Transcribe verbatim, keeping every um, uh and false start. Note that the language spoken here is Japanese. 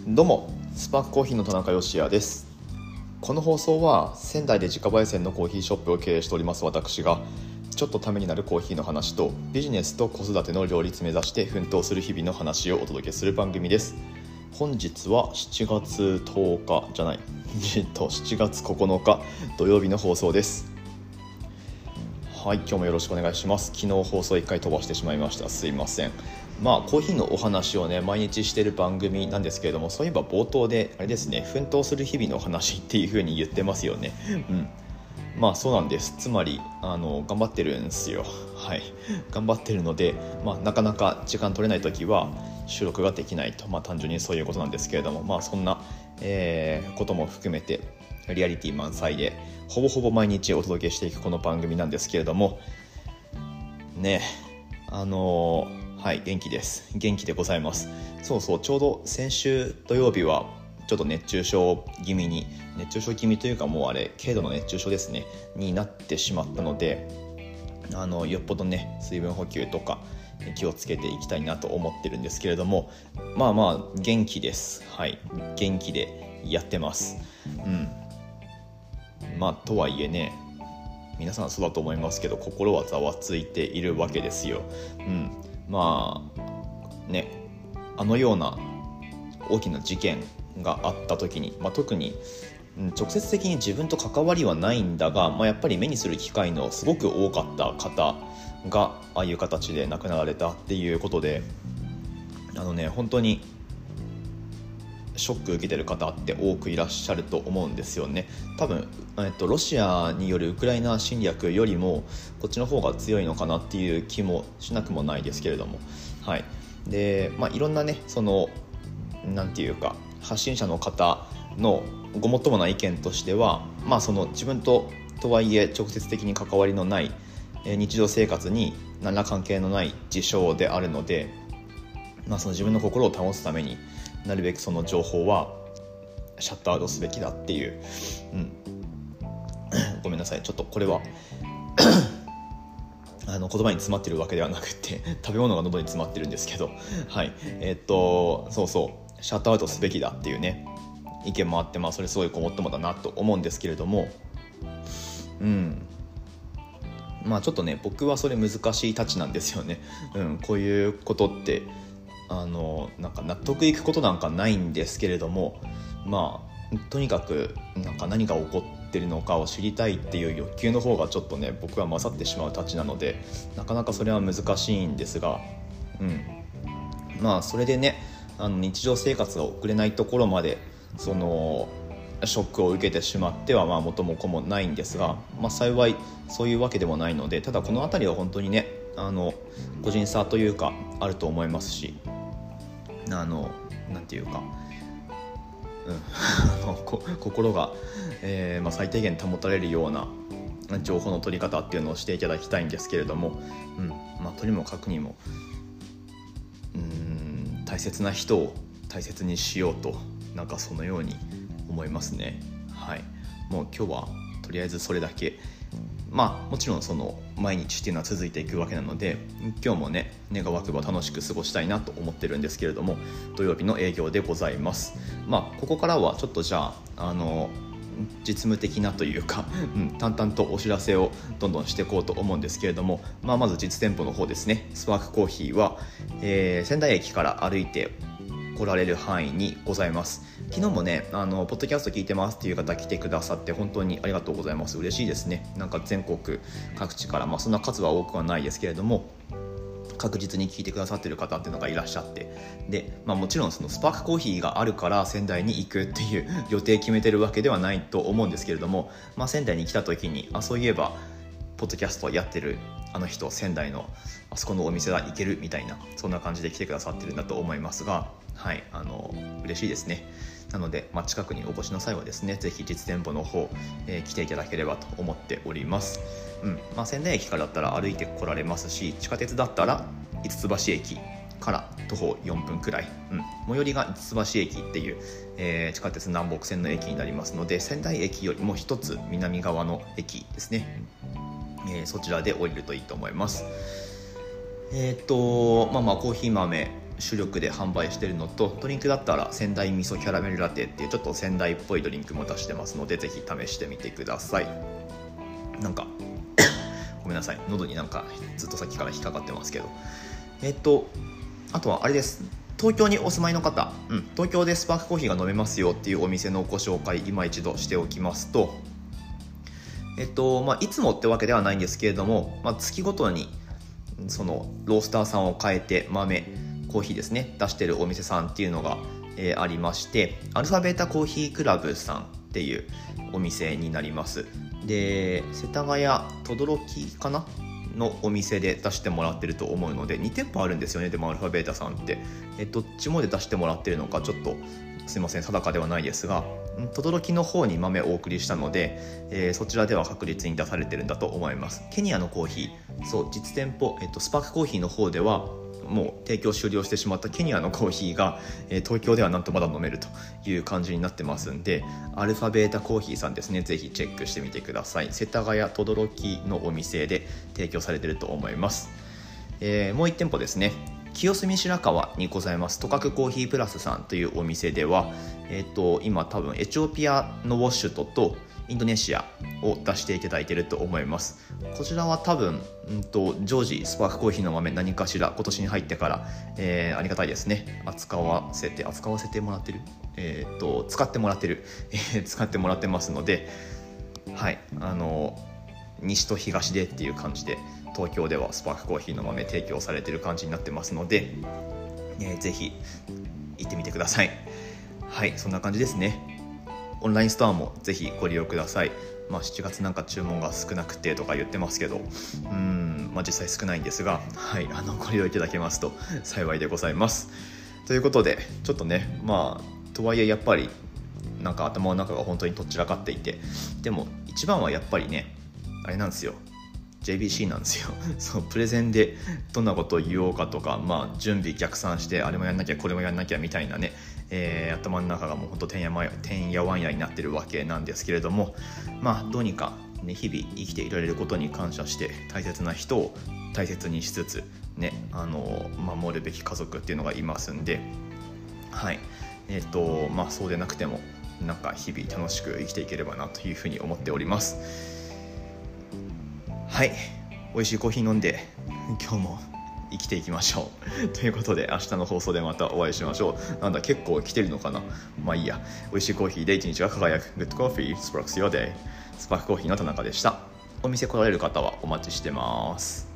どうも、スパークコーヒーの田中芳也です。この放送は仙台で自家焙煎のコーヒーショップを経営しております私が、ちょっとためになるコーヒーの話とビジネスと子育ての両立目指して奮闘する日々の話をお届けする番組です。本日はしちがつとおかじゃないしちがつここのか土曜日の放送です。はい、今日もよろしくお願いします。昨日放送いっかい飛ばしてしまいました。すいません。まあコーヒーのお話をね毎日している番組なんですけれども、そういえば冒頭であれですね、奮闘する日々の話っていう風に言ってますよね。うん。まあそうなんです。つまりあの頑張ってるんですよ。はい。頑張ってるので、まあなかなか時間取れないときは収録ができないと、まあ単純にそういうことなんですけれども、まあそんな、えー、ことも含めてリアリティ満載でほぼほぼ毎日お届けしていくこの番組なんですけれどもね、あのー、はい元気です元気でございます。そうそう、ちょうど先週土曜日はちょっと熱中症気味に熱中症気味というかもうあれ軽度の熱中症ですねになってしまったので、あのよっぽどね水分補給とか気をつけていきたいなと思ってるんですけれども、まあまあ元気です。はい元気でやってます。うんまあとはいえね、皆さんそうだと思いますけど心はざわついているわけですよ。うん、まあね、あのような大きな事件があった時に、まあ、特に直接的に自分と関わりはないんだが、まあ、やっぱり目にする機会のすごく多かった方がああいう形で亡くなられたっていうことで、あのね本当にショック受けてる方って多くいらっしゃると思うんですよね。多分、えっと、ロシアによるウクライナ侵略よりもこっちの方が強いのかなっていう気もしなくもないですけれども、はいでまあ、いろんなねそのなんていうか発信者の方のごもっともな意見としては、まあ、その自分ととはいえ直接的に関わりのない日常生活に何ら関係のない事象であるので、まあ、その自分の心を保つためになるべくその情報はシャットアウトすべきだっていう、うん、ごめんなさい、ちょっとこれはあの言葉に詰まってるわけではなくて食べ物が喉に詰まってるんですけど、はいえー、っとそうそうシャットアウトすべきだっていうね意見もあって、まあそれすごいごもっともだなと思うんですけれども、うんまあちょっとね僕はそれ難しいたちなんですよね。うん、こういうことってあのなんか納得いくことなんかないんですけれども、まあとにかくなんか何が起こってるのかを知りたいっていう欲求の方がちょっとね僕は勝ってしまうたちなので、なかなかそれは難しいんですが、うんまあそれでねあの日常生活が送れないところまでそのショックを受けてしまってはまあ元も子もないんですが、まあ、幸いそういうわけでもないので、ただこのあたりは本当にねあの個人差というかあると思いますし、あのなんていうか、うん、あのこ心が、えーまあ、最低限保たれるような情報の取り方っていうのをしていただきたいんですけれども、うんまあ、とにもかくにもうーん大切な人を大切にしようとなんかそのように思いますね。はい、もう今日はとりあえずそれだけ。まあもちろんその毎日っていうのは続いていくわけなので、今日もね願わくば楽しく過ごしたいなと思ってるんですけれども、土曜日の営業でございます。まあここからはちょっとじゃああの実務的なというか、うん、淡々とお知らせをどんどんしていこうと思うんですけれども、まあ、まず実店舗の方ですね。スパークコーヒーは、えー、仙台駅から歩いて来られる範囲にございます。昨日もねあのポッドキャスト聞いてますっていう方来てくださって本当にありがとうございます。嬉しいですね。なんか全国各地から、まあ、そんな数は多くはないですけれども確実に聞いてくださっている方っていうのがいらっしゃって、で、まあ、もちろんそのスパークコーヒーがあるから仙台に行くっていう予定決めてるわけではないと思うんですけれども、まあ、仙台に来た時にあそういえばポッドキャストやってるあの人仙台のあそこのお店は行けるみたいな、そんな感じで来てくださってるんだと思いますが、はいあの嬉しいですね。なので、まあ、近くにお越しの際はですねぜひ実店舗の方、えー、来ていただければと思っております。うんまあ、仙台駅からだったら歩いて来られますし、地下鉄だったら五ツ橋駅から徒歩よんぷんくらい、うん、最寄りが五ツ橋駅っていう、えー、地下鉄南北線の駅になりますので、仙台駅よりも一つ南側の駅ですね、えー、そちらで降りるといいと思います。えー、っとまあまあコーヒー豆主力で販売しているのと、ドリンクだったら仙台味噌キャラメルラテっていうちょっと仙台っぽいドリンクも出してますので、ぜひ試してみてください。なんかごめんなさい、喉になんかずっとさっきから引っかかってますけど、えっとあとはあれです、東京にお住まいの方、うん、東京でスパークコーヒーが飲めますよっていうお店のご紹介、今一度しておきますと、えっとまあ、いつもってわけではないんですけれども、まあ、月ごとにそのロースターさんを変えて豆コーヒーですね出してるお店さんっていうのが、えー、ありまして、アルファベータコーヒークラブさんっていうお店になります。で、世田谷轟かなのお店で出してもらってると思うので、に店舗あるんですよね。でもアルファベータさんって、えどっちもで出してもらってるのかちょっとすいません定かではないですが、轟の方に豆をお送りしたので、えー、そちらでは確実に出されてるんだと思います。ケニアのコーヒー、そう実店舗、えっと、スパークコーヒーの方ではもう提供終了してしまったケニアのコーヒーが、えー、東京ではなんとまだ飲めるという感じになってますんで、アルファベータコーヒーさんですね、ぜひチェックしてみてください。世田谷轟のお店で提供されてると思います。えー、もういち店舗ですね、清澄白河にございますトカクコーヒープラスさんというお店では、えー、と今多分エチオピアのウォッシュトとインドネシアを出していただいていると思います。こちらは多分、うんと、常時スパークコーヒーの豆何かしら今年に入ってから、えー、ありがたいですね、扱わせて扱わせてもらってる、えー、と使ってもらってる、えー、使ってもらってますので、はい、あの西と東でっていう感じで東京ではスパークコーヒーの豆提供されている感じになってますので、えー、ぜひ行ってみてください。はい、そんな感じですね。オンラインストアもぜひご利用ください。まあ、しちがつなんか注文が少なくてとか言ってますけど、うーん、まあ、実際少ないんですが、はい、あのご利用いただけますと幸いでございます。ということでちょっとね、まあとはいえやっぱりなんか頭の中が本当にとっちらかっていて、でも一番はやっぱりねあれなんですよ、ジェイビーシー なんですよ。そうプレゼンでどんなことを言おうかとか、まあ、準備逆算してあれもやんなきゃこれもやんなきゃみたいなね、えー、頭の中がもうほんとてんやまやてんやわんやになってるわけなんですけれども、まあどうにか、ね、日々生きていられることに感謝して大切な人を大切にしつつ、ね、あの守るべき家族っていうのがいますんで、はいえーとまあ、そうでなくてもなんか日々楽しく生きていければなというふうに思っております。はい、美味しいコーヒー飲んで今日も生きていきましょうということで、明日の放送でまたお会いしましょう。なんだ結構来てるのかな、まあいいや。美味しいコーヒーで一日が輝く Good Coffee Sparks Your Day。 スパークコーヒーの田中でした。お店来られる方はお待ちしてます。